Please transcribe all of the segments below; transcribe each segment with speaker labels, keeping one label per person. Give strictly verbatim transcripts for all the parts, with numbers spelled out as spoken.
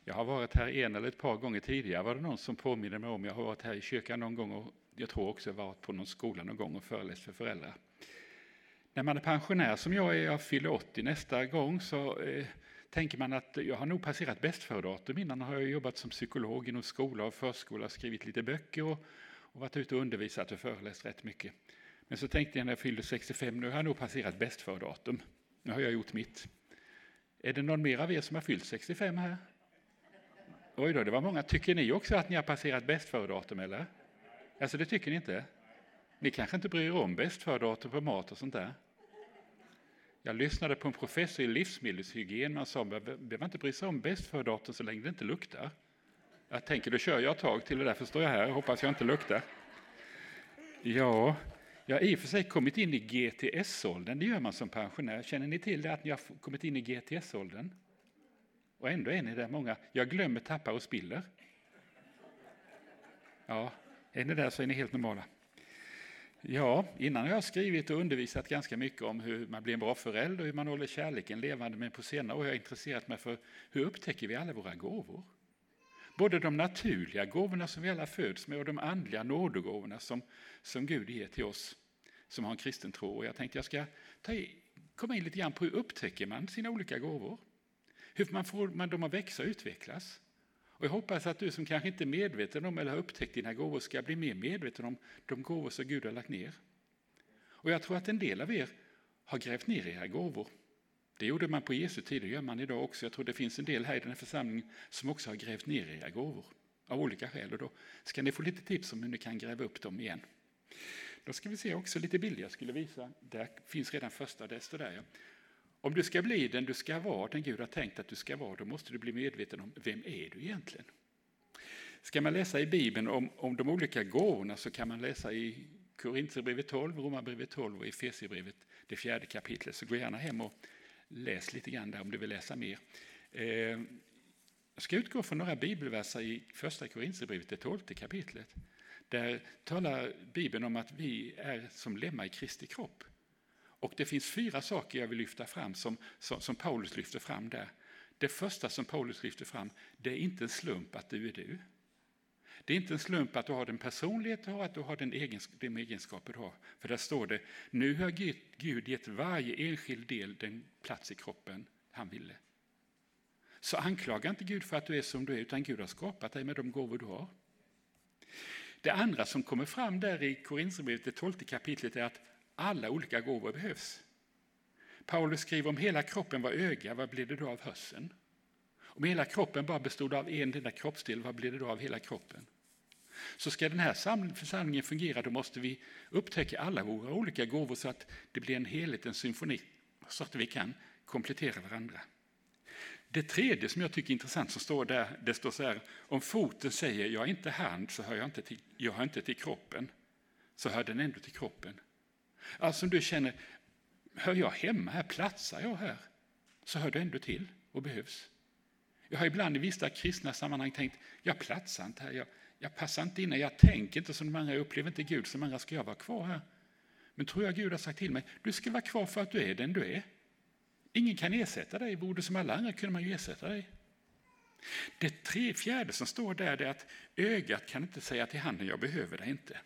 Speaker 1: Jag har varit här en eller ett par gånger tidigare. Var det någon som påminner mig om? Jag har varit här i kyrkan någon gång och jag tror också jag varit på någon skola någon gång och föreläst för föräldrar. När man är pensionär som jag är, jag fyller åttio nästa gång, så eh, tänker man att jag har nog passerat bästföredatum. Innan har jag jobbat som psykolog inom skola och förskola, skrivit lite böcker och, och varit ute och undervisat och föreläst rätt mycket. Men så tänkte jag när jag fyllde sextiofem, nu har jag nog passerat bästföredatum. Nu har jag gjort mitt. Är det någon mer av er som har fyllt sextiofem här? Oj då, det var många. Tycker ni också att ni har passerat bästföredatum eller? Alltså det tycker ni inte? Ni kanske inte bryr er om bästföredatum på mat och sånt där? Jag lyssnade på en professor i livsmedelshygien. Man sa att man behöver inte bry sig om bästföredatum så länge det inte luktar. Jag tänker, då kör jag ett tag till det, därför står jag här och hoppas jag inte luktar. Ja, jag har i och för sig kommit in i G T S-åldern. Det gör man som pensionär. Känner ni till det att ni har kommit in i G T S-åldern? Och ändå är ni där många. Jag glömmer, tappar och spiller. Ja, är ni där så är ni helt normala. Ja, innan har jag skrivit och undervisat ganska mycket om hur man blir en bra förälder och hur man håller kärleken levande. Men på senare år har jag intresserat mig för hur upptäcker vi alla våra gåvor? Både de naturliga gåvorna som vi alla föds med och de andliga nådegåvorna som, som Gud ger till oss som har en kristen tro. Och jag tänkte jag ska ta i, komma in lite grann på hur upptäcker man sina olika gåvor? Hur man får man dem att växa och utvecklas? Och jag hoppas att du som kanske inte är medveten om eller har upptäckt dina gåvor ska bli mer medveten om de gåvor som Gud har lagt ner. Och jag tror att en del av er har grävt ner era gåvor. Det gjorde man på Jesu tid, det gör man idag också. Jag tror det finns en del här i den här församlingen som också har grävt ner era gåvor av olika skäl. Och då ska ni få lite tips om hur ni kan gräva upp dem igen. Då ska vi se också lite bilder jag skulle visa. Där finns redan första, där står där. Ja. Om du ska bli den du ska vara, den Gud har tänkt att du ska vara, då måste du bli medveten om vem är du egentligen. Ska man läsa i Bibeln om, om de olika gåvorna så kan man läsa i Korinthierbrevet tolv, Romarbrevet tolv och Efesierbrevet det fjärde kapitlet. Så gå gärna hem och läs lite grann där om du vill läsa mer. Eh, jag ska utgå från några bibelverser i första Korinthierbrevet det tolfte kapitlet. Där talar Bibeln om att vi är som lemmar i Kristi kropp. Och det finns fyra saker jag vill lyfta fram som, som, som Paulus lyfter fram där. Det första som Paulus lyfter fram, det är inte en slump att du är du. Det är inte en slump att du har den personlighet du har, att du har den egenskap, de egenskaper du har. För där står det, nu har Gud, Gud gett varje enskild del den plats i kroppen han ville. Så anklaga inte Gud för att du är som du är, utan Gud har skapat dig med de gåvor du har. Det andra som kommer fram där i Korinthierbrevet det tolfte kapitlet är att alla olika gåvor behövs. Paulus skriver om hela kroppen var öga, vad blir det då av hörseln? Om hela kroppen bara bestod av en enda kroppsdel, vad blir det då av hela kroppen? Så ska den här församlingen fungera, då måste vi upptäcka alla våra olika gåvor så att det blir en helhet, en symfoni, så att vi kan komplettera varandra. Det tredje som jag tycker är intressant som står där, det står så här, om foten säger jag är inte hand så hör jag inte till, jag hör inte till kroppen, så hör den ändå till kroppen. Alltså om du känner, hör jag hemma här, platsar jag här, så hör du ändå till och behövs. Jag har ibland i vissa kristna sammanhang tänkt, jag platsar inte här, jag, jag passar inte in, jag tänker inte som de andra, jag upplever inte Gud som andra, ska jag vara kvar här? Men tror jag Gud har sagt till mig, du ska vara kvar för att du är den du är. Ingen kan ersätta dig, vore det som alla andra kunde man ju ersätta dig. Det tre, fjärde som står där är att ögat kan inte säga till handen, jag behöver dig inte.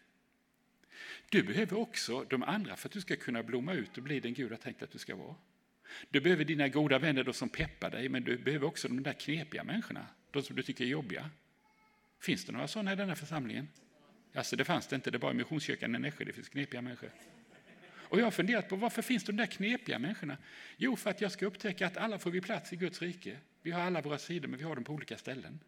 Speaker 1: Du behöver också de andra för att du ska kunna blomma ut och bli den Gud har tänkt att du ska vara. Du behöver dina goda vänner då som peppar dig, men du behöver också de där knepiga människorna, de som du tycker är jobbiga. Finns det några sådana i den här församlingen? Alltså det fanns det inte, det är bara i Missionskyrkan i Nässjö det finns knepiga människor. Och jag har funderat på varför finns de där knepiga människorna? Jo, för att jag ska upptäcka att alla får vi plats i Guds rike. Vi har alla våra sidor, men vi har dem på olika ställen.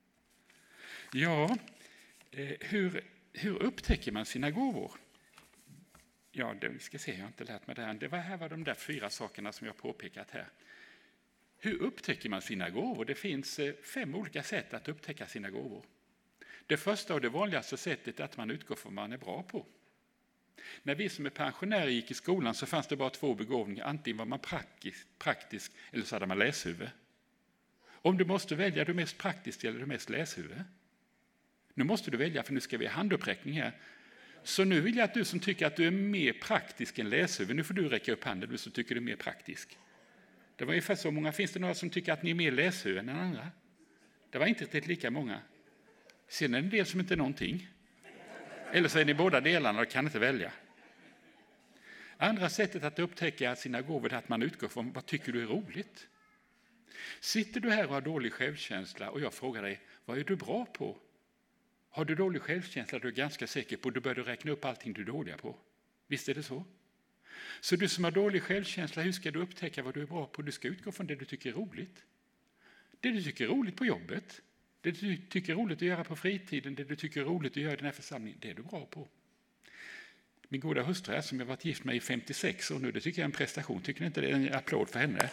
Speaker 1: Ja, eh, hur, hur upptäcker man sina gåvor? Ja, det, vi ska se, jag har inte lärt mig det här. Det var här var de där fyra sakerna som jag påpekat här. Hur upptäcker man sina gåvor? Det finns eh, fem olika sätt att upptäcka sina gåvor. Det första och det vanligaste sättet är att man utgår från vad man är bra på. När vi som är pensionärer gick i skolan så fanns det bara två begåvningar. Antingen var man praktisk, praktisk eller så hade man läshuvud. Om du måste välja det mest praktiskt eller det mest läshuvud. Nu måste du välja, för nu ska vi ha handuppräckning här. Så nu vill jag att du som tycker att du är mer praktisk än läshuvud, nu får du räcka upp handen, du som tycker du är mer praktisk. Det var ungefär så många. Finns det några som tycker att ni är mer läshuvud än andra? Det var inte riktigt lika många. Sen är det en del som inte är någonting. Eller så är ni båda delarna och kan inte välja. Andra sättet att upptäcka sina gåvor är att man utgår från vad tycker du är roligt. Sitter du här och har dålig självkänsla och jag frågar dig, vad är du bra på? Har du dålig självkänsla, du är ganska säker på, då börjar du räkna upp allting du är dåliga på. Visst är det så? Så du som har dålig självkänsla, hur ska du upptäcka vad du är bra på? Du ska utgå från det du tycker är roligt. Det du tycker är roligt på jobbet, det du tycker är roligt att göra på fritiden, det du tycker är roligt att göra i den här församlingen, det är du bra på. Min goda hustru här, som jag varit gift med i femtiosex år nu, det tycker jag är en prestation. Tycker ni inte det är en applåd för henne?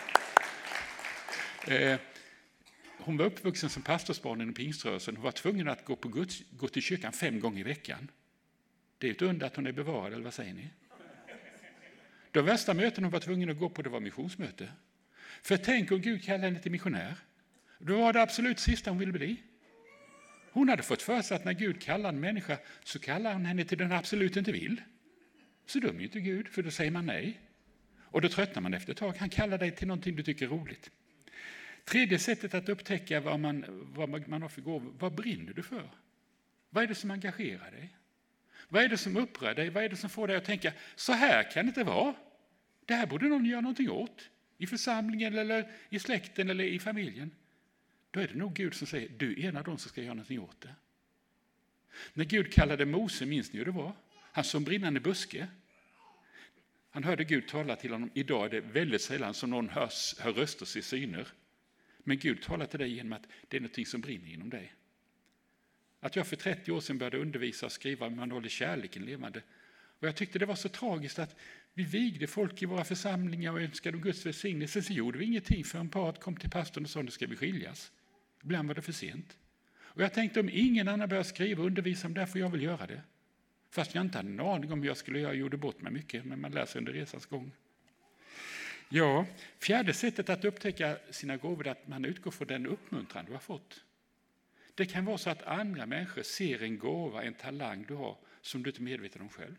Speaker 1: Eh, hon var uppvuxen som pastorsbarn inom pingströrelsen. Hon var tvungen att gå, på Guds, gå till kyrkan fem gånger i veckan. Det är ett under att hon är bevarad, eller vad säger ni? De värsta möten hon var tvungen att gå på, det var missionsmöte. För tänk om Gud kallade henne till missionär. Då var det absolut sista hon ville bli. Hon hade fått för sig att när Gud kallar en människa så kallar han henne till den absolut inte vill. Så dum är inte Gud, för då säger man nej. Och då tröttnar man efter ett tag. Han kallar dig till någonting du tycker är roligt. Tredje sättet att upptäcka vad man, vad man har för gåvor. Vad brinner du för? Vad är det som engagerar dig? Vad är det som upprör dig? Vad är det som får dig att tänka, så här kan det inte vara. Det här borde någon göra någonting åt. I församlingen eller i släkten eller i familjen. Då är det nog Gud som säger, du är en av dem som ska göra någonting åt det. När Gud kallade Mose, minns ni hur det var? Han som brinnande buske. Han hörde Gud tala till honom. Idag är det väldigt sällan som någon hörs, hör röster i syner. Men Gud talar till dig genom att det är någonting som brinner inom dig. Att jag för trettio år sedan började undervisa och skriva om man håller kärleken levande. Och jag tyckte det var så tragiskt att vi vigde folk i våra församlingar och önskade Guds välsignelse. Så gjorde vi ingenting för en paret kom till pastorn och sa, nu ska vi skiljas. Ibland var det för sent. Och jag tänkte, om ingen annan börjar skriva och undervisa om det, får jag väl göra det. Fast jag inte hade en aning om hur jag skulle göra. Jag gjorde bort mig mycket, men man lär sig under resans gång. Ja, fjärde sättet att upptäcka sina gåvor är att man utgår från den uppmuntran du har fått. Det kan vara så att andra människor ser en gåva, en talang du har som du inte är medveten om själv.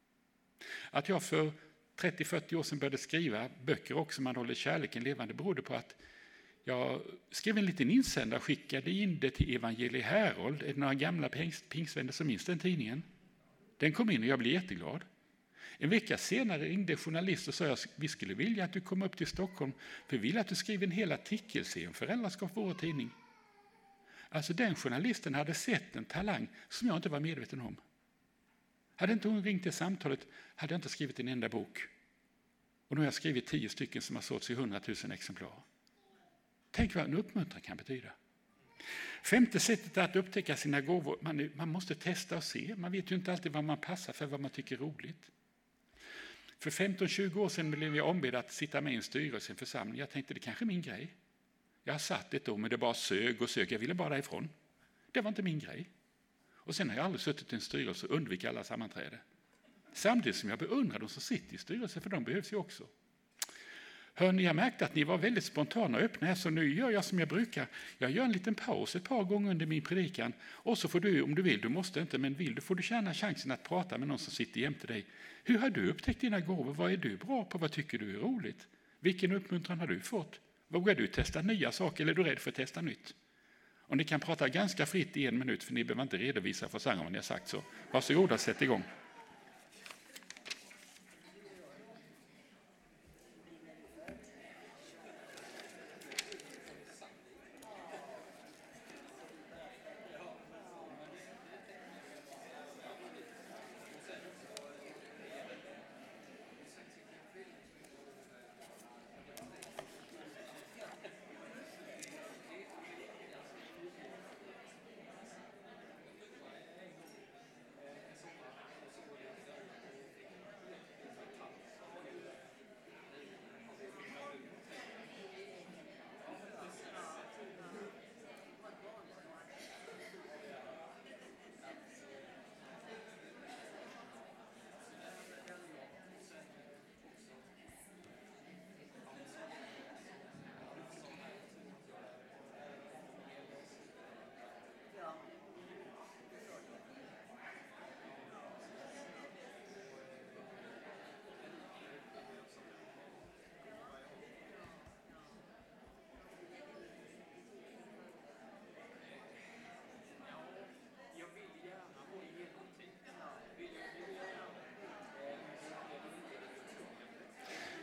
Speaker 1: Att jag för trettio till fyrtio år sedan började skriva böcker också, man håller kärleken levande, berodde på att jag skrev en liten insändare och skickade in det till Evangelie Herold. Är det några gamla pingsvänner som minns den tidningen? Den kom in och jag blev jätteglad. En vecka senare ringde journalist och sa att vi skulle vilja att du kom upp till Stockholm, för vi vill att du skriver en hel artikelserie om föräldraskap för vår tidning. Alltså den journalisten hade sett en talang som jag inte var medveten om. Hade inte hon ringt till samtalet hade jag inte skrivit en enda bok. Och nu har jag skrivit tio stycken som har sålts i hundratusen exemplar. Tänk vad en uppmuntran kan betyda. Femte sättet att upptäcka sina gåvor. Man, man måste testa och se. Man vet ju inte alltid vad man passar för, vad man tycker är roligt. För femton till tjugo år sedan blev jag ombedd att sitta med i en styrelse i en församling. Jag tänkte det kanske är min grej. Jag har satt ett år men det bara sög och sög. Jag ville bara därifrån. Det var inte min grej. Och sen har jag aldrig suttit i en styrelse och undvikit alla sammanträden. Samtidigt som jag beundrar de som sitter i styrelsen, för de behövs ju också. Hörni, jag märkte att ni var väldigt spontana och öppna här, så nu gör jag som jag brukar. Jag gör en liten paus ett par gånger under min predikan. Och så får du, om du vill, du måste inte, men vill du får du känna chansen att prata med någon som sitter jämte dig. Hur har du upptäckt dina gåvor? Vad är du bra på? Vad tycker du är roligt? Vilken uppmuntran har du fått? Vågar du testa nya saker eller är du rädd för att testa nytt? Och ni kan prata ganska fritt i en minut, för ni behöver inte redovisa för sangen vad ni har sagt. Så varsågoda, sätt igång.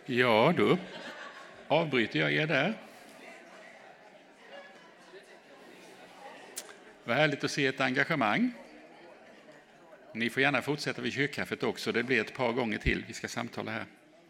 Speaker 1: Ja, då avbryter jag er där. Vad härligt att se ett engagemang. Ni får gärna fortsätta vid kyrkkaffet också. Det blir ett par gånger till. Vi ska samtala här.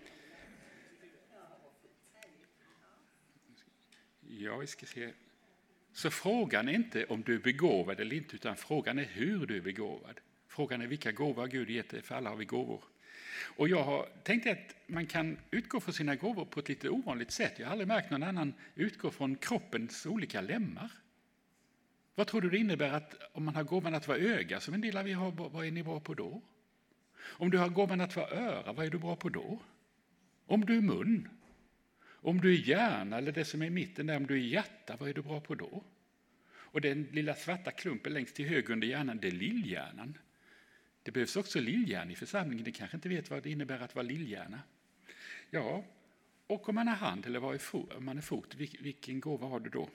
Speaker 1: Ja, vi ska se. Så frågan är inte om du är begåvad eller inte, utan frågan är hur du är begåvad. Frågan är vilka gåvor Gud gett dig, för alla har vi gåvor. Och jag har tänkt att man kan utgå från sina gåvor på ett lite ovanligt sätt. Jag har aldrig märkt någon annan utgå från kroppens olika lemmar. Vad tror du det innebär att om man har gåvan att vara öga, som en del av er har, vad är ni bra på då? Om du har gåvan att vara öra, vad är du bra på då? Om du är mun, om du är hjärna eller det som är i mitten där, om du är hjärta, vad är du bra på då? Och den lilla svarta klumpen längst till höger under hjärnan, det är lillhjärnan. Det behövs också lillhjärna i församlingen. Ni kanske inte vet vad det innebär att vara lillhjärna. Ja, och om man har hand eller vad är fot, om man är fot, vilken gåva har du då?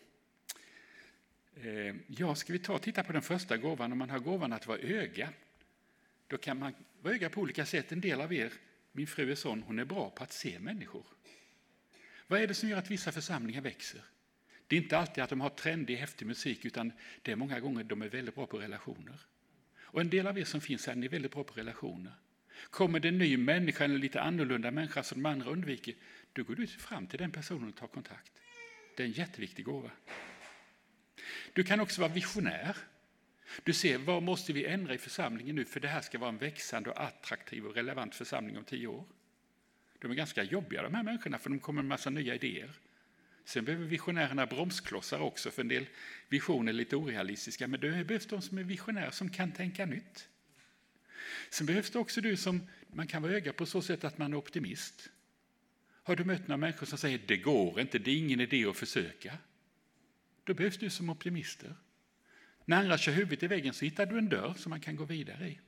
Speaker 1: Ja, ska vi ta och titta på den första gåvan. Om man har gåvan att vara öga, då kan man vara öga på olika sätt. En del av er, min fru är sån, hon är bra på att se människor. Vad är det som gör att vissa församlingar växer? Det är inte alltid att de har trendig, häftig musik, utan det är många gånger de är väldigt bra på relationer. Och en del av er som finns här, ni är väldigt bra på relationer. Kommer det en ny människa, en lite annorlunda människa som de andra undviker, då går du fram till den personen och tar kontakt. Det är en jätteviktig gåva. Du kan också vara visionär. Du ser, vad måste vi ändra i församlingen nu för det här ska vara en växande och attraktiv och relevant församling om tio år. De är ganska jobbiga de här människorna, för de kommer med en massa nya idéer. Sen behöver visionärerna bromsklossar också, för en del visioner är lite orealistiska, men det behövs de som är visionärer som kan tänka nytt. Sen behövs det också du som man kan vara öga på så sätt att man är optimist. Har du mött några människor som säger det går inte, det är ingen idé att försöka? Då behövs du som optimister. När andra kör huvudet i väggen så hittar du en dörr som man kan gå vidare i.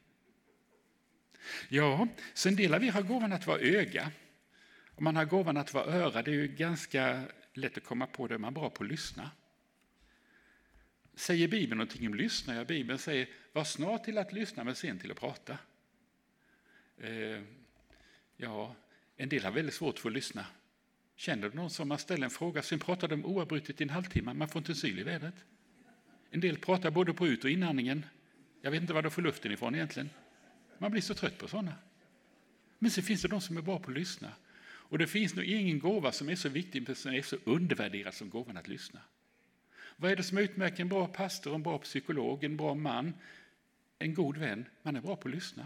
Speaker 1: Ja, så en del av er har gåvan att vara öga. Om man har gåvan att vara öra, det är ju ganska lätt att komma på det, man är bra på att lyssna. Säger Bibeln någonting om lyssna? Ja, Bibeln säger, var snart till att lyssna men sen till att prata. Eh, ja, en del har väldigt svårt för att lyssna. Känner du någon som man ställer en fråga, sen pratar de oavbrutet i en halvtimme, man får inte en syl i vädret. En del pratar både på ut- och inandningen. Jag vet inte var de får luften ifrån egentligen. Man blir så trött på sådana. Men så finns det de som är bra på att lyssna. Och det finns nog ingen gåva som är så viktig, som är så undervärderad som gåvan att lyssna. Vad är det som utmärker en bra pastor, en bra psykolog, en bra man, en god vän? Man är bra på att lyssna.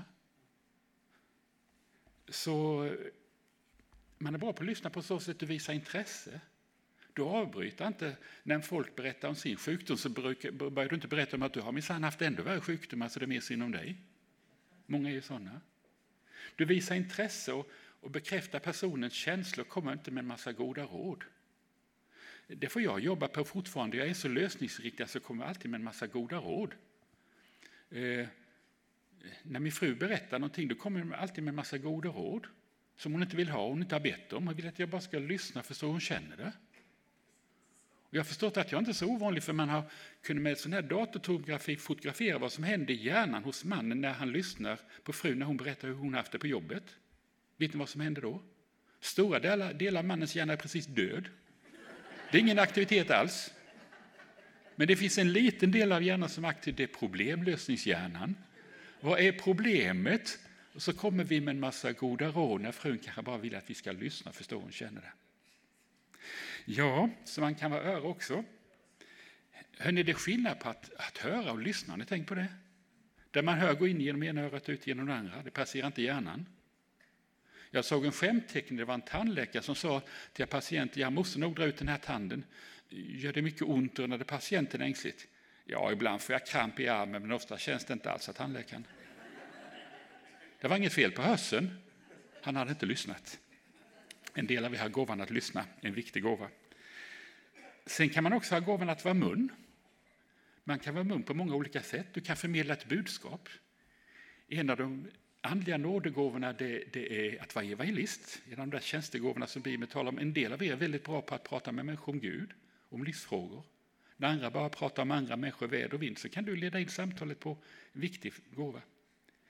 Speaker 1: Så man är bra på att lyssna på så sätt att du visar intresse. Du avbryter inte när folk berättar om sin sjukdom, så börjar du inte berätta om att du har minsann haft ändå värre sjukdomar så det är mer synd om dig. Många är ju sådana. Du visar intresse och, och bekräftar personens känslor, kommer inte med en massa goda råd. Det får jag jobba på fortfarande. Jag är så lösningsriktad så kommer jag alltid med en massa goda råd. Eh, när min fru berättar någonting, då kommer hon alltid med en massa goda råd som hon inte vill ha, hon inte har bett om. Hon vill att jag bara ska lyssna för så hon känner det. Och jag har förstått att jag inte är så ovanlig, för man har kunnat med sån här datortomografi fotografera vad som händer i hjärnan hos mannen när han lyssnar på frun när hon berättar hur hon haft det på jobbet. Vet ni vad som händer då? Stora delar, delar av mannens hjärna är precis död. Det är ingen aktivitet alls. Men det finns en liten del av hjärnan som är aktiv, det är problemlösningshjärnan. Vad är problemet? Och så kommer vi med en massa goda råd när frun kanske bara vill att vi ska lyssna och förstå hon känner det. Ja, så man kan vara öra också. Hörrni, det är skillnad på att, att höra och lyssna, har ni tänkt på det? Där man hör går in genom ena örat ut genom det andra, det passerar inte hjärnan. Jag såg en skämtteckning, det var en tandläkare som sa till patienten, jag måste nog dra ut den här tanden. Gör det mycket ont och när det patienten är ängsligt? Ja, ibland får jag kramp i armen, men ofta känns det inte alls av tandläkaren. Det var inget fel på hörseln, han hade inte lyssnat. En del av er har gåvan att lyssna, en viktig gåva. Sen kan man också ha gåvan att vara mun. Man kan vara mun på många olika sätt. Du kan förmedla ett budskap. En av de andliga nådegåvorna det, det är att vara evangelist. En av de där tjänstegåvorna som Bibeln talar om. En del av er är väldigt bra på att prata med människor om Gud, om livsfrågor. När andra bara pratar om andra människor, väder och vind, så kan du leda in samtalet på en viktig gåva.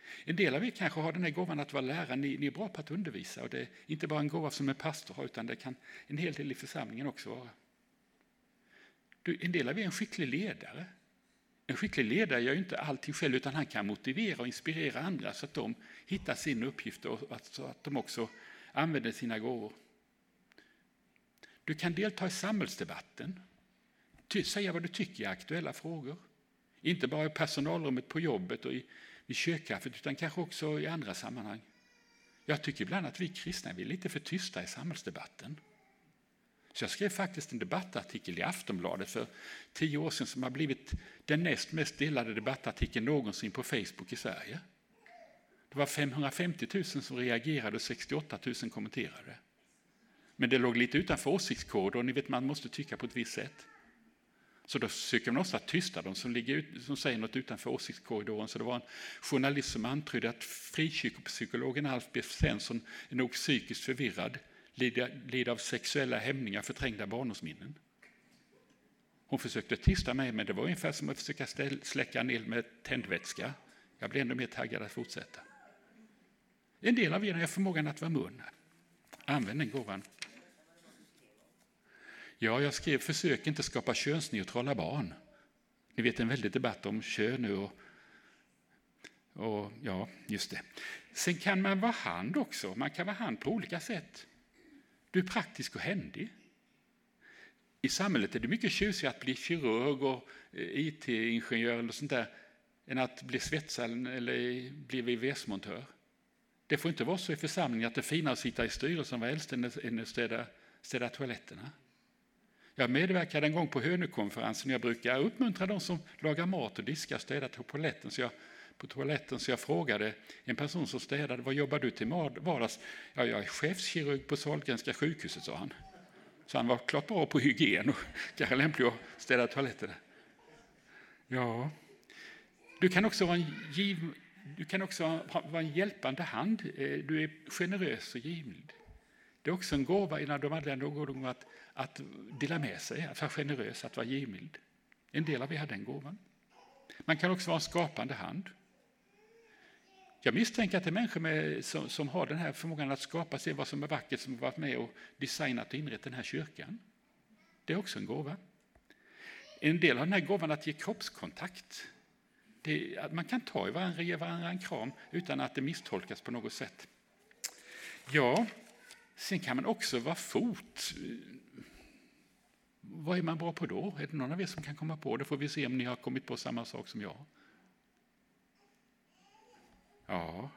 Speaker 1: En del av er kanske har den här gåvan att vara lärare, ni, ni är bra på att undervisa. Och det är inte bara en gåva som en pastor har, utan det kan en hel del i församlingen också vara. Du, en del av er är en skicklig ledare. En skicklig ledare gör ju inte allting själv, utan han kan motivera och inspirera andra så att de hittar sin uppgift och att, så att de också använder sina gåvor. Du kan delta i samhällsdebatten. Ty, säga vad du tycker i aktuella frågor. Inte bara i personalrummet på jobbet och i, i kökkaffet, utan kanske också i andra sammanhang. Jag tycker ibland att vi kristna är lite för tysta i samhällsdebatten. Så jag skrev faktiskt en debattartikel i Aftonbladet för tio år sedan som har blivit den näst mest delade debattartikeln någonsin på Facebook i Sverige. Det var femhundrafemtio tusen som reagerade och sextioåtta tusen kommenterade. Men det låg lite utanför åsiktskoder och ni vet man måste tycka på ett visst sätt. Så då försöker man också att tysta de som, ligger ut, som säger något utanför åsiktskorridoren. Så det var en journalist som antydde att frikyrkopsykologen Alf B. Svensson är nog psykiskt förvirrad, lider, lider av sexuella hämningar, förträngda barndomsminnen. Hon försökte tysta mig, men det var ungefär som att försöka släcka en eld med tändvätska. Jag blev ännu mer taggad att fortsätta. En del av er har förmågan att vara mun. Använd den gåvan. Ja, jag skrev försök inte skapa könsneutrala barn. Ni vet en väldig debatt om kön nu och, och ja, just det. Sen kan man vara hand också. Man kan vara hand på olika sätt. Du är praktisk och händig. I samhället är det mycket tjusigare att bli kirurg och I T-ingenjör eller sånt där än att bli svetsare eller bli V V S-montör. Det får inte vara så i församlingen att det är finare att sitta i styrelsen var äldst än att städa, städa toaletterna. Jag medverkade en gång på Hönökonferensen. Jag brukar uppmuntra de som lagar mat och diskar och städar på toaletten. Så jag, på toaletten så jag frågade en person som städade, vad jobbar du till vardags? Ja, jag är chefskirurg på Sahlgrenska sjukhuset, sa han. Så han var klart bra på hygien och kanske lämplig att städa toaletterna. Ja, du kan också vara en, giv, du kan också vara en hjälpande hand. Du är generös och givmild. Det är också en gåva innan de andra någon att, att dela med sig, att vara generös, att vara givmild. En del av er har den gåvan. Man kan också vara en skapande hand. Jag misstänker att det är människor med, som, som har den här förmågan att skapa sig vad som är vackert, som har varit med och designat och inrett den här kyrkan. Det är också en gåva. En del har den här gåvan att ge kroppskontakt. Det, att man kan ta i varandra, ge varandra en kram utan att det misstolkas på något sätt. Ja, sen kan man också vara fot. Vad är man bra på då? Är det någon av er som kan komma på det? Får vi se om ni har kommit på samma sak som jag. Ja.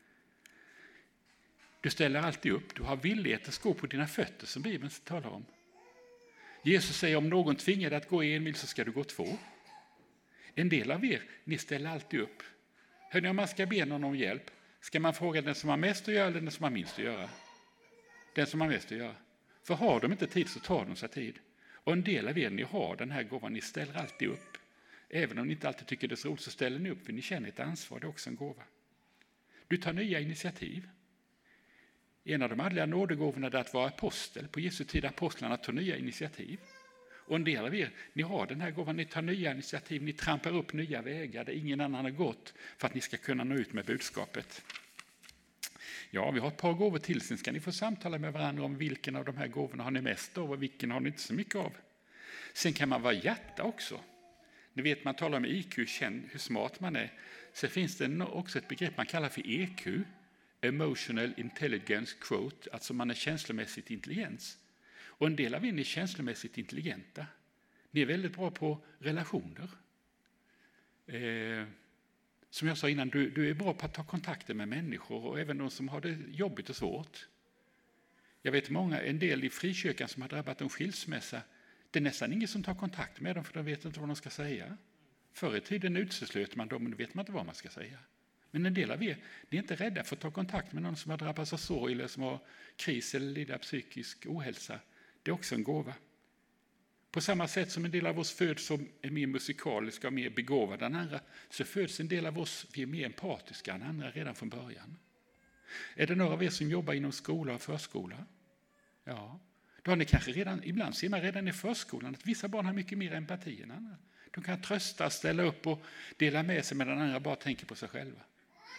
Speaker 1: Du ställer alltid upp. Du har villighet att gå på dina fötter som Bibeln talar om. Jesus säger om någon tvingar dig att gå en mil så ska du gå två. En del av er, ni ställer alltid upp. Hör ni, om man ska be någon om hjälp, ska man fråga den som har mest att göra eller den som har minst att göra? Den som har mest att göra. För har de inte tid så tar de sig tid. Och en del av er, ni har den här gåvan, ni ställer alltid upp. Även om ni inte alltid tycker det är så roligt så ställer ni upp, för ni känner ett ansvar, det är också en gåva. Du tar nya initiativ. En av de andliga nådegåvorna är att vara apostel. På Jesu tid apostlarna tar nya initiativ. Och en del av er, ni har den här gåvan, ni tar nya initiativ, ni trampar upp nya vägar där ingen annan har gått för att ni ska kunna nå ut med budskapet. Ja, vi har ett par gåvor till, sen ska ni få samtala med varandra om vilken av de här gåvorna har ni mest av och vilken har ni inte så mycket av. Sen kan man vara hjärta också. Ni vet, man talar om I Q, känn hur smart man är. Sen finns det också ett begrepp man kallar för E Q, Emotional Intelligence Quote, alltså man är känslomässigt intelligens. Och en del av er är känslomässigt intelligenta. Ni är väldigt bra på relationer. Eh, som jag sa innan, du, du är bra på att ta kontakter med människor och även de som har det jobbigt och svårt. Jag vet många, en del i frikyrkan som har drabbat en skilsmässa, det är nästan ingen som tar kontakt med dem för de vet inte vad de ska säga. Förr i tiden utslöt man dem, men vet man inte vad man ska säga. Men en del av er, ni är inte rädda för att ta kontakt med någon som har drabbats av sorg eller som har kris eller lider psykisk ohälsa. Det är också en gåva. På samma sätt som en del av oss föds som är mer musikaliska och mer begåvade än andra, så föds en del av oss, vi är mer empatiska än andra redan från början. Är det några av er som jobbar inom skola och förskola? Ja, då har ni kanske redan, ibland ser man redan i förskolan att vissa barn har mycket mer empati än andra. De kan trösta, ställa upp och dela med sig medan andra bara tänker på sig själva.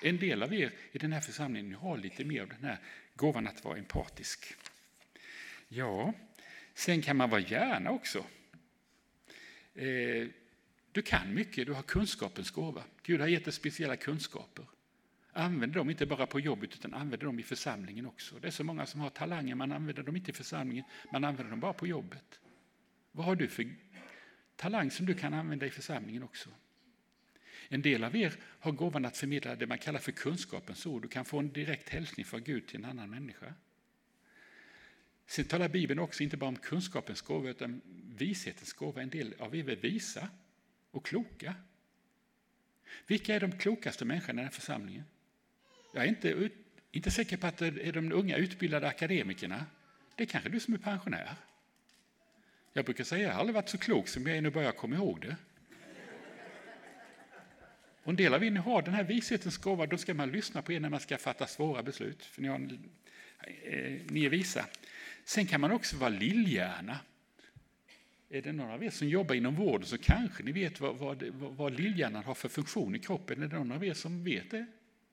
Speaker 1: En del av er i den här församlingen har lite mer av den här gåvan att vara empatisk. Ja, sen kan man vara hjärna också. Eh, du kan mycket, du har kunskapens gåva. Gud har gett dig speciella kunskaper. Använd dem inte bara på jobbet utan använd dem i församlingen också. Det är så många som har talanger, man använder dem inte i församlingen, man använder dem bara på jobbet. Vad har du för talang som du kan använda i församlingen också? En del av er har gåvan att förmedla det man kallar för kunskapens ord. Du kan få en direkt hälsning från Gud till en annan människa. Sen talar Bibeln också inte bara om kunskapens gåva utan vishetens gåva. En del av er är visa och kloka. Vilka är de klokaste människorna i den här församlingen? Jag är inte, ut, inte säker på att det är de unga utbildade akademikerna. Det är kanske du som är pensionär. Jag brukar säga att jag har aldrig varit så klok som jag är nu, börjar komma ihåg det. Och en del av er har den här vishetens gåva, då ska man lyssna på er när man ska fatta svåra beslut. För ni, har, eh, ni är visa. Sen kan man också vara lillhjärna. Är det någon av er som jobbar inom vården så kanske ni vet vad, vad, vad lillhjärnan har för funktion i kroppen. Är det någon av er som vet det?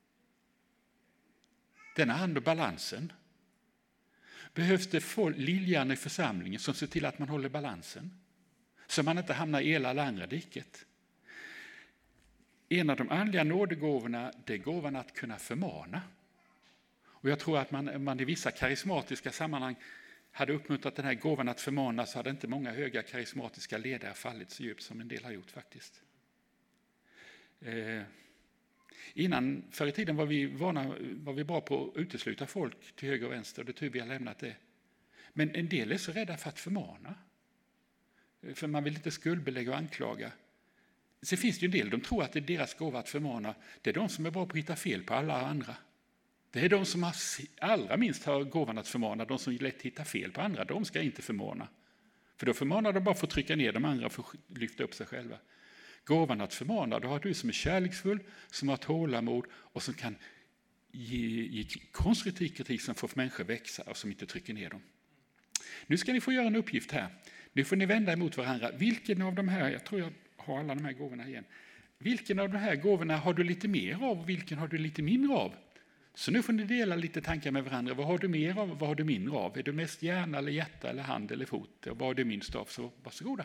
Speaker 1: Den har hand om balansen. Behövs det få lillhjärna i församlingen som ser till att man håller balansen? Så man inte hamnar i ena eller andra diket. En av de andliga nådegåvorna, det är gåvan att kunna förmana. Och jag tror att man, man i vissa karismatiska sammanhang hade uppmuntrat den här gåvan att förmana, så hade inte många höga karismatiska ledare fallit så djupt som en del har gjort faktiskt. Eh, innan, förr i tiden var vi, vana, var vi bra på att utesluta folk till höger och vänster, och det tror vi har lämnat det. Men en del är så rädda för att förmana. För man vill inte skuldbelägga och anklaga. Sen finns det ju en del, de tror att det är deras gåva att förmana. Det är de som är bra på att hitta fel på alla andra. Det är de som har allra minst har gåvan att förmana, de som lätt hittar fel på andra, de ska inte förmana. För då förmanar de bara för att trycka ner de andra för att lyfta upp sig själva. Gåvan att förmana, då har du som är kärleksfull, som har tålamod och som kan ge, ge konstruktiv kritik som får människor växa och som inte trycker ner dem. Nu ska ni få göra en uppgift här. Nu får ni vända emot varandra. Vilken av de här, jag tror jag har alla de här gåvorna igen. Vilken av de här gåvorna har du lite mer av och vilken har du lite mindre av? Så nu får ni dela lite tankar med varandra. Vad har du mer av och vad har du mindre av? Är du mest hjärna eller hjärta eller hand eller fot? Och vad har du minst av? Så varsågoda.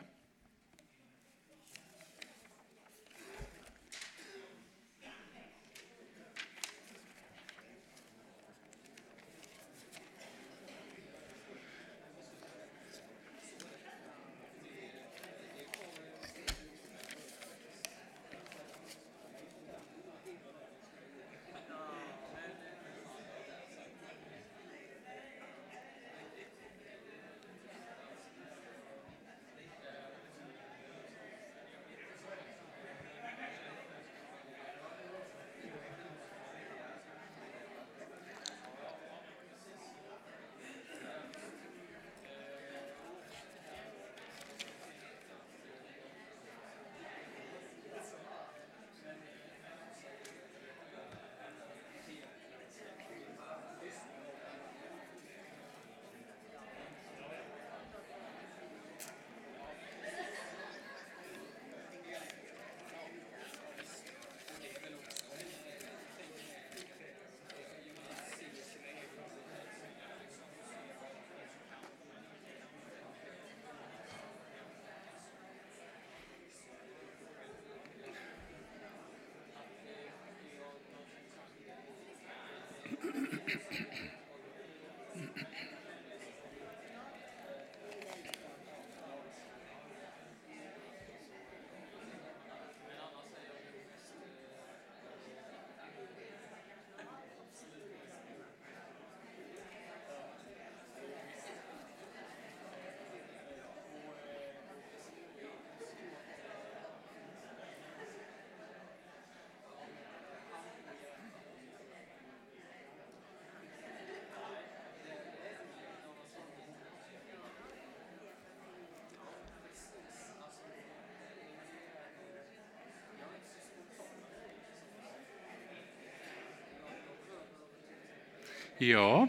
Speaker 1: Ja.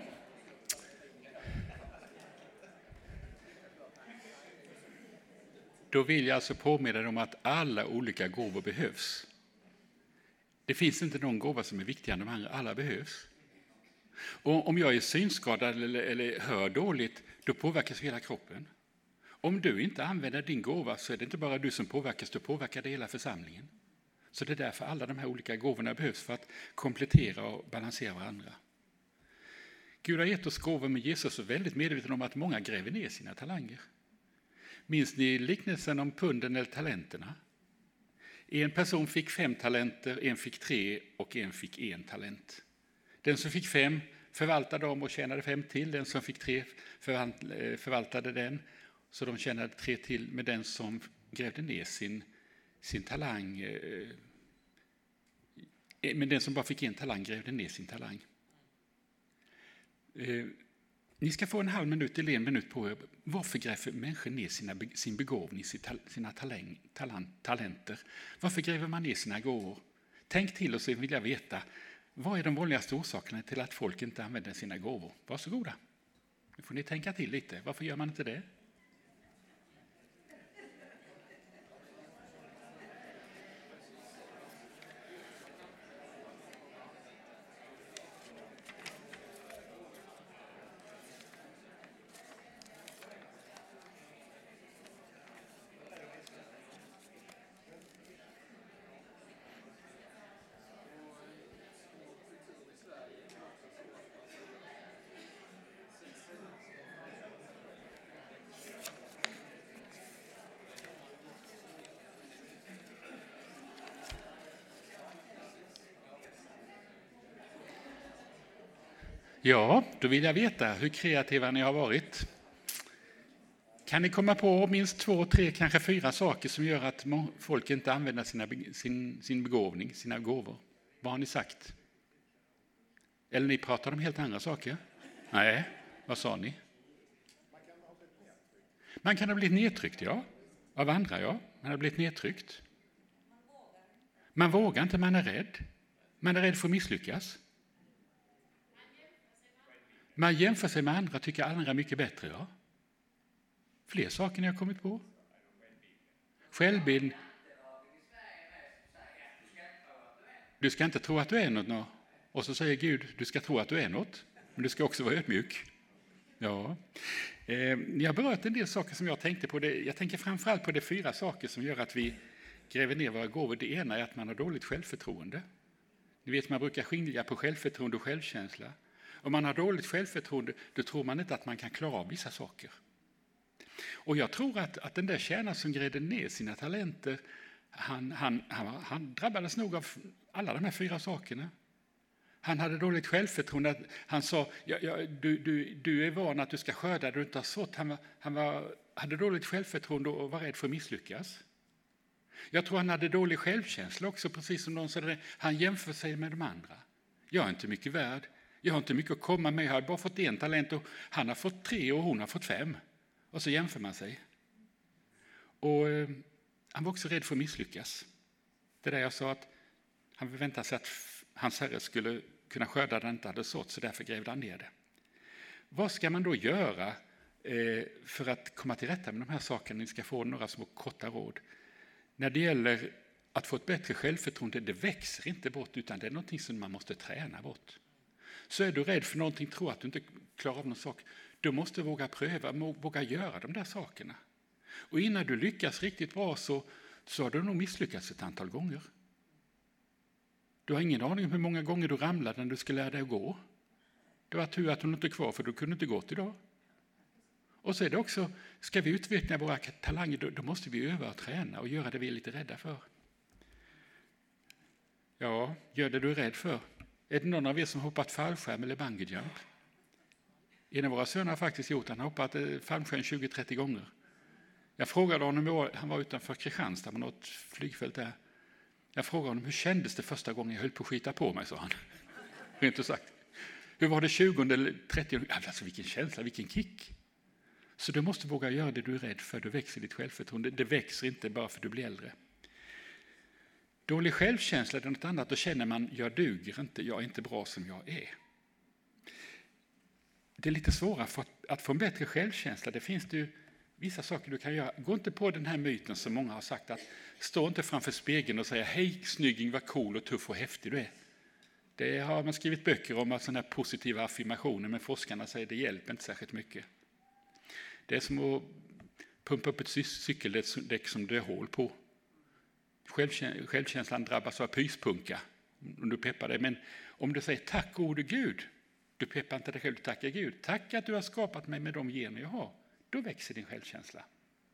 Speaker 1: Då vill jag alltså påminna om att alla olika gåvor behövs. Det finns inte någon gåva som är viktigare än de andra. Alla behövs. Och om jag är synskadad eller, eller hör dåligt, då påverkas hela kroppen. Om du inte använder din gåva så är det inte bara du som påverkas, du påverkar det hela församlingen. Så det är därför alla de här olika gåvorna behövs, för att komplettera och balansera varandra. Gud har gett oss gåvor, men Jesus är väldigt medveten om att många gräver ner sina talanger. Minns ni liknelsen om punden eller talenterna? En person fick fem talenter, en fick tre och en fick en talent. Den som fick fem förvaltade dem och tjänade fem till. Den som fick tre förvaltade den, så de tjänade tre till. Med den som grävde ner sin, sin talang, eh, men den som bara fick en talang grävde ner sin talang. Eh, ni ska få en halv minut eller en minut på er. Varför gräver människor ner sina, sin begåvning, sina talang, talang, talenter? Varför gräver man ner sina gåvor? Tänk till och så vill jag veta, vad är de vanligaste orsakerna till att folk inte använder sina gåvor? Varsågoda. Nu får ni tänka till lite. Varför gör man inte det? Ja, då vill jag veta hur kreativa ni har varit. Kan ni komma på minst två, tre, kanske fyra saker som gör att folk inte använder sina, sin, sin begåvning, sina gåvor? Vad har ni sagt? Eller ni pratar om helt andra saker? Nej, vad sa ni? Man kan ha blivit nedtryckt, ja. Av andra, ja. Man har blivit nedtryckt. Man vågar inte, man är rädd. Man är rädd för att misslyckas. Man jämför sig med andra, tycker andra är mycket bättre. Ja. Fler saker ni har kommit på. Självbild. Du ska inte tro att du är något. Och så säger Gud, du ska tro att du är något. Men du ska också vara ödmjuk. Ja. Eh, ni har berört en del saker som jag tänkte på. Det, jag tänker framförallt på de fyra saker som gör att vi gräver ner våra gåvor. Det ena är att man har dåligt självförtroende. Ni vet, man brukar skilja på självförtroende och självkänsla. Om man har dåligt självförtroende, då tror man inte att man kan klara av vissa saker. Och jag tror att, att den där tjänaren som grävde ner sina talenter, han, han, han, han drabbades nog av alla de här fyra sakerna. Han hade dåligt självförtroende. Han sa, ja, ja, du, du, du är van att du ska skörda, du inte har sått. Han, var, han var, hade dåligt självförtroende och var rädd för att misslyckas. Jag tror han hade dålig självkänsla också, precis som någon sa. Han jämför sig med de andra. Jag är inte mycket värd. Jag har inte mycket att komma med. Jag har bara fått en talent och han har fått tre och hon har fått fem. Och så jämför man sig. Och eh, han var också rädd för att misslyckas. Det där jag sa att han förväntade sig att hans herre skulle kunna skörda det han inte hade sått, så därför grävde han ner det. Vad ska man då göra eh, för att komma till rätta med de här sakerna? Ni ska få några små korta råd. När det gäller att få ett bättre självförtroende, det växer inte bort, utan det är någonting som man måste träna bort. Så är du rädd för någonting, tror att du inte klarar av någon sak, du måste våga pröva, våga göra de där sakerna. Och innan du lyckas riktigt bra så, så har du nog misslyckats ett antal gånger. Du har ingen aning om hur många gånger du ramlade när du skulle lära dig att gå. Det var tur att du inte är kvar, för du kunde inte gått idag. Och så är det också, ska vi utveckla våra talanger, då, då måste vi öva och träna och göra det vi är lite rädda för. Ja, gör det du är rädd för. Är det någon av er som hoppat fallskärm eller bungee jump? En av våra söner har faktiskt gjort, han har hoppat fallskärm tjugo till trettio gånger. Jag frågade honom, han var utanför Kristianstad på något flygfält där. Jag frågade honom, hur kändes det första gången jag höll på att skita på mig, sa han. Rent ut sagt. Hur var det tjugo eller trettio? Alltså vilken känsla, vilken kick. Så du måste våga göra det du är rädd för, du växer ditt självförtroende. Det växer inte bara för att du blir äldre. Dålig självkänsla är något annat, då känner man, jag duger inte, jag är inte bra som jag är. Det är lite svårare för att, att få en bättre självkänsla. Det finns det ju vissa saker du kan göra. Gå inte på den här myten som många har sagt, att stå inte framför spegeln och säga hej snygging, vad cool och tuff och häftig du är. Det har man skrivit böcker om, att sådana här positiva affirmationer, men forskarna säger att det hjälper inte särskilt mycket. Det är som att pumpa upp ett cykeldäck som det är hål på. Självkänslan drabbas av pyspunka om du peppar det. Men om du säger tack gode Gud, du peppar inte dig själv, du tackar Gud. Tack att du har skapat mig med de gener jag har. Då växer din självkänsla.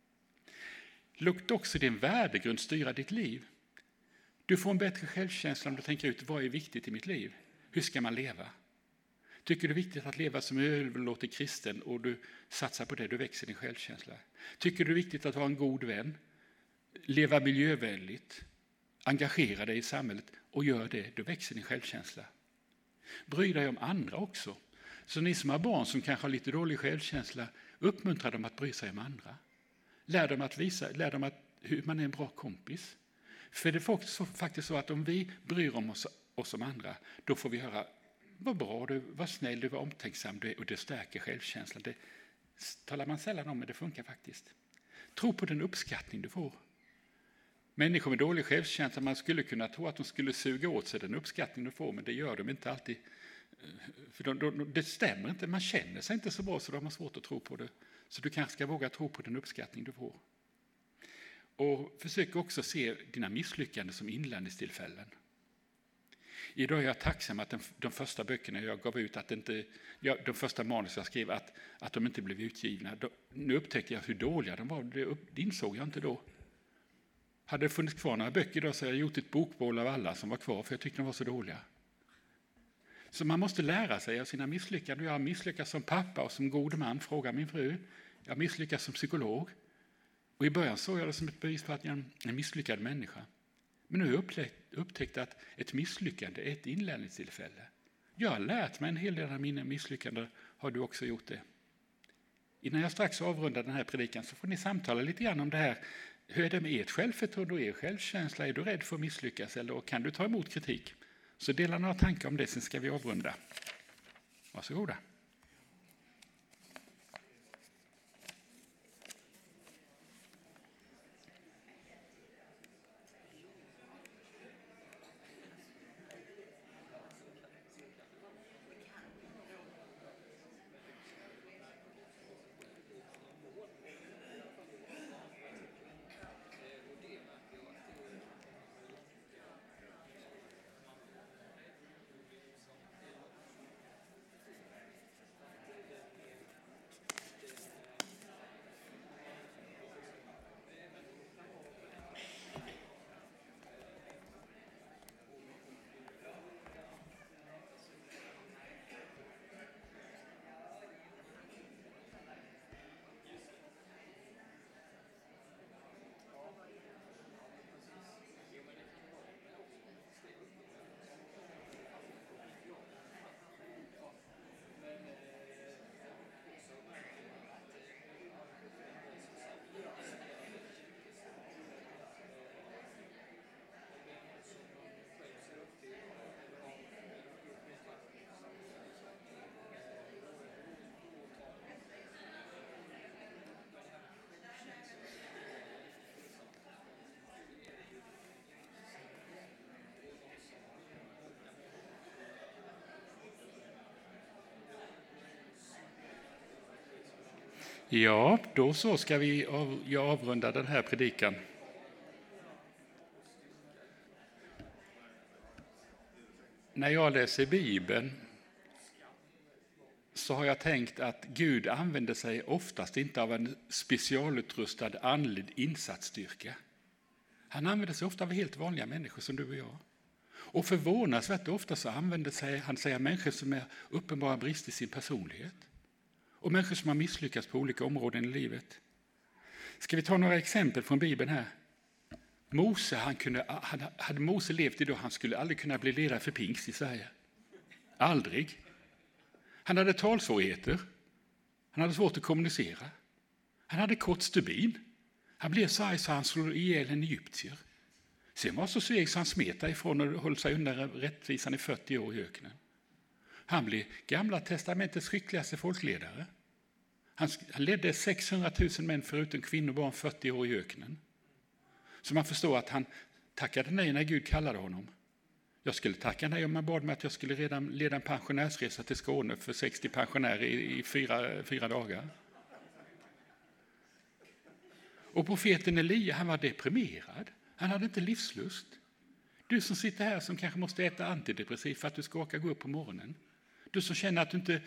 Speaker 1: Låt också din värdegrund styra ditt liv. Du får en bättre självkänsla om du tänker ut vad är viktigt i mitt liv. Hur ska man leva? Tycker du det är viktigt att leva som överlåter kristen och du satsar på det, då växer din självkänsla. Tycker du det är viktigt att vara en god vän? Leva miljövänligt, engagera dig i samhället och gör det, då växer din självkänsla. Bry dig om andra också. Så ni som har barn som kanske har lite dålig självkänsla, uppmuntra dem att bry sig om andra. Lär dem att visa, lär dem att, hur man är en bra kompis. För det är faktiskt så att om vi bryr om oss, oss om andra, då får vi höra vad bra du, vad snäll du, vad omtänksam du är, och det stärker självkänslan. Det talar man sällan om, men det funkar faktiskt. Tro på den uppskattning du får. Människor med dålig självkänsla, man skulle kunna tro att de skulle suga åt sig den uppskattning de får, men det gör de inte alltid. För de, de, det stämmer inte, man känner sig inte så bra, så de har svårt att tro på det. Så du kanske ska våga tro på den uppskattning du får. Och försök också se dina misslyckanden som inlärningstillfällen. Idag är jag tacksam att den, de första böckerna jag gav ut, att inte, ja, de första manus jag skrev, att, att de inte blev utgivna. De, nu upptäckte jag hur dåliga de var, det, upp, det insåg jag inte då. Hade det funnits kvar några böcker då, så hade jag gjort ett bokbål av alla som var kvar, för jag tyckte de var så dåliga. Så man måste lära sig av sina misslyckanden. Jag har misslyckats som pappa och som god man, frågar min fru. Jag har misslyckats som psykolog. Och i början såg jag det som ett bevis på att jag är en misslyckad människa. Men nu har jag upptäckt att ett misslyckande är ett inlärningstillfälle. Jag har lärt mig en hel del av mina misslyckanden. Har du också gjort det? Innan jag strax avrundar den här predikan så får ni samtala lite grann om det här. Hur är det med ert självförtroende och er självkänsla? Är du rädd för att misslyckas, eller kan du ta emot kritik? Så dela några tankar om det, sen ska vi avrunda. Varsågoda. Ja, då så ska vi av, jag avrunda den här predikan. När jag läser Bibeln så har jag tänkt att Gud använder sig oftast inte av en specialutrustad andlig insatsstyrka. Han använder sig ofta av helt vanliga människor som du och jag. Och förvånansvärt ofta så använder sig, han sig av människor som är uppenbara brister i sin personlighet. Och människor som har misslyckats på olika områden i livet. Ska vi ta några exempel från Bibeln här? Mose, han kunde, han, hade Mose levt idag, han skulle aldrig kunna bli ledare för pingst i Sverige. Aldrig. Han hade talsvårigheter. Han hade svårt att kommunicera. Han hade kort stubin. Han blev så arg så han slog ihjäl en egyptier. Sen var så seg så han smet ifrån och höll sig undan rättvisan i fyrtio år i öknen. Han blev Gamla testamentets skickligaste folkledare. Han, han ledde sexhundratusen män förutom kvinnor, barn, fyrtio år i öknen. Så man förstår att han tackade nej när Gud kallade honom. Jag skulle tacka nej om man bad mig att jag skulle redan leda en pensionärsresa till Skåne för sextio pensionärer i, i fyra, fyra dagar. Och profeten Elia, han var deprimerad. Han hade inte livslust. Du som sitter här som kanske måste äta antidepressiv för att du ska orka gå upp på morgonen. Du som känner att du inte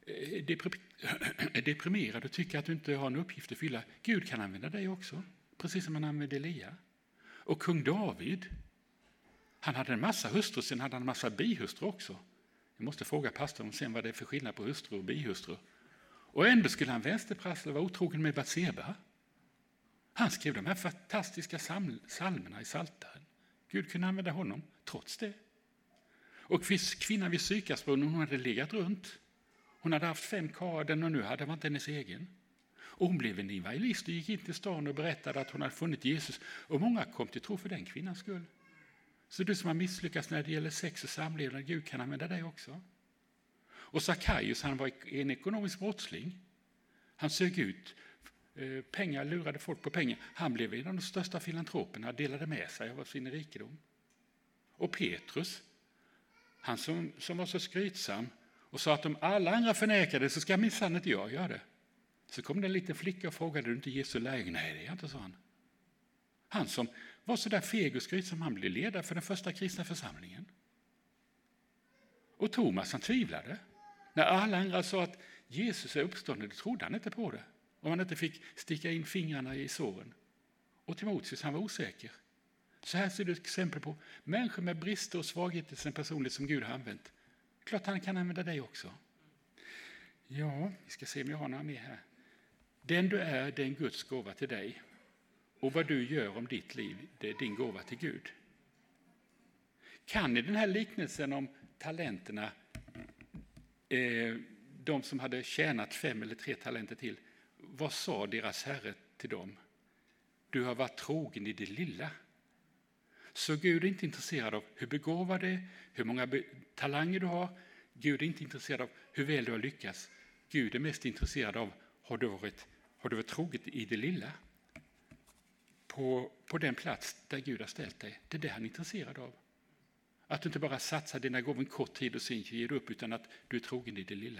Speaker 1: är deprimerad och tycker att du inte har en uppgift att fylla. Gud kan använda dig också, precis som han använde Elia. Och kung David, han hade en massa hustrur, sen hade han en massa bihustrur också. Jag måste fråga pastorn sen vad det är för skillnad på hustru och bihustrur. Och ändå skulle han vänsterprassla och vara otrogen med Batseba. Han skrev de här fantastiska psalmerna i Psaltaren. Gud kunde använda honom trots det. Och kvinnan vid Sykasbrunnen, hon hade legat runt. Hon hade haft fem karlar och nu hade man inte hennes egen. Och hon blev en evangelist och gick in till stan och berättade att hon hade funnit Jesus. Och många kom till tro för den kvinnans skull. Så du som har misslyckats när det gäller sex och samlevnad, Gud kan använda dig också. Och Sackaios, han var en ekonomisk brottsling. Han sög ut pengar, lurade folk på pengar. Han blev en av de största filantroperna, delade med sig av sin rikedom. Och Petrus, han som, som var så skrytsam och sa att om alla andra förnekade så ska minsann inte jag göra det. Så kom det en liten flicka och frågade, du inte Jesu lärjunge? Nej, det är inte, så han. Han som var så där feg och skrytsam, han blev ledare för den första kristna församlingen. Och Thomas, han tvivlade. När alla andra sa att Jesus är uppstånden, trodde han inte på det. Om han inte fick sticka in fingrarna i såren. Och Timoteus, han var osäker. Så här ser du ett exempel på människor med brister och svagheter som personligt som Gud har använt. Klart han kan använda dig också. Ja, vi ska se om jag har några mer här. Den du är, det är en Guds gåva till dig. Och vad du gör om ditt liv, det är din gåva till Gud. Kan ni den här liknelsen om talenterna, eh, de som hade tjänat fem eller tre talenter till, vad sa deras herre till dem? Du har varit trogen i det lilla. Så Gud är inte intresserad av hur begåvad du är, hur många talanger du har. Gud är inte intresserad av hur väl du har lyckats. Gud är mest intresserad av, har du varit, har du varit trogen i det lilla? På, på den plats där Gud har ställt dig. Det är det han är intresserad av. Att du inte bara satsar dina gåvor en kort tid och sen ger du upp, utan att du är trogen i det lilla.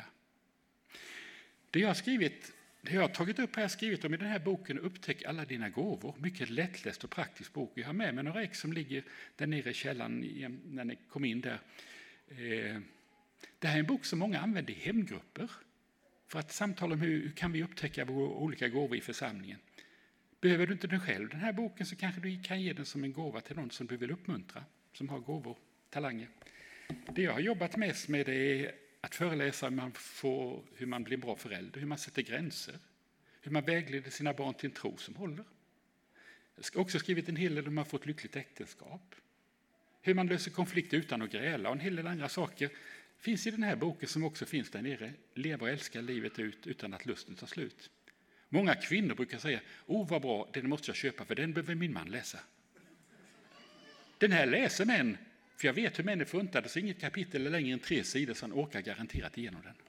Speaker 1: Det jag har skrivit, det jag har tagit upp här, jag skrivit om i den här boken, Upptäck alla dina gåvor. Mycket lättläst och praktisk bok. Jag har med mig några ex som ligger där nere i källaren när ni kom in där. Det här är en bok som många använder i hemgrupper för att samtala om hur kan vi upptäcka våra olika gåvor i församlingen. Behöver du inte den själv, den här boken, så kanske du kan ge den som en gåva till någon som du vill uppmuntra, som har gåvor, talanger. Det jag har jobbat mest med är att föreläsa hur man, får, hur man blir en bra förälder, hur man sätter gränser, hur man vägleder sina barn till en tro som håller. Jag har också skrivit en hel del om hur man får ett lyckligt äktenskap, hur man löser konflikter utan att gräla och en hel del andra saker finns i den här boken som också finns där nere. Leva och älska livet ut utan att lusten tar slut. Många kvinnor brukar säga, åh vad bra, den måste jag köpa för den behöver min man läsa. Den här läser män, för jag vet hur män är funtade, så inget kapitel är längre än tre sidor så han orkar garanterat igenom den.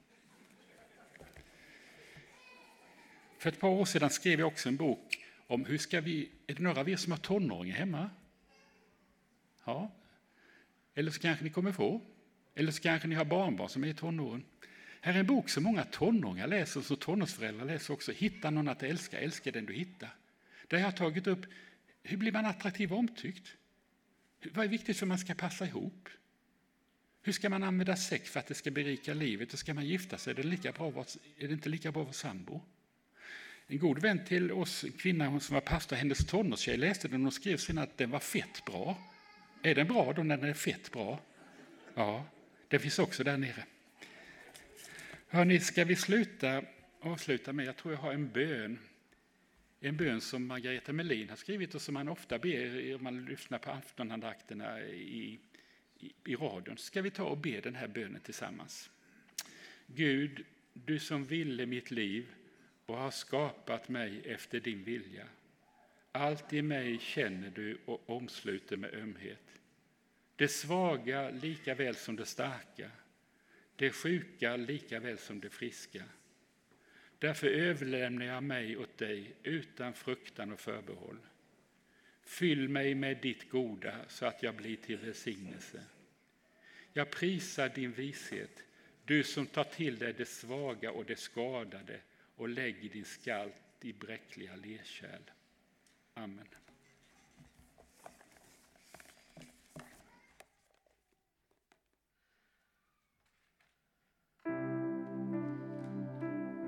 Speaker 1: För ett par år sedan skrev jag också en bok om hur ska vi, är det några av er som har tonåringar hemma? Ja, eller så kanske ni kommer få, eller så kanske ni har barnbarn som är i tonåren. Här är en bok som många tonåringar läser och som tonårsföräldrar läser också. Hitta någon att älska, älska den du hittar. Där jag har tagit upp, hur blir man attraktiv och omtyckt? Vad är viktigt för att man ska passa ihop? Hur ska man använda sex för att det ska berika livet? Och ska man gifta sig, är det, lika bra, är det inte lika bra att vara sambo? En god vän till oss, en kvinna som var pastor, hennes tonårstjej läste den och skrev sen att den var fett bra. Är den bra då när den är fett bra? Ja, det finns också där nere. Hörrni, ska vi sluta, avsluta med, jag tror jag har en bön. En bön som Margareta Melin har skrivit och som man ofta ber om man lyssnar på aftonandakterna i, i, i radion. Ska vi ta och be den här bönen tillsammans. Gud, du som ville mitt liv och har skapat mig efter din vilja. Allt i mig känner du och omsluter med ömhet. Det svaga lika väl som det starka. Det sjuka lika väl som det friska. Därför överlämnar jag mig åt dig utan fruktan och förbehåll. Fyll mig med ditt goda så att jag blir till välsignelse. Jag prisar din vishet, du som tar till dig det svaga och det skadade och lägger din skalt i bräckliga lerkärl. Amen.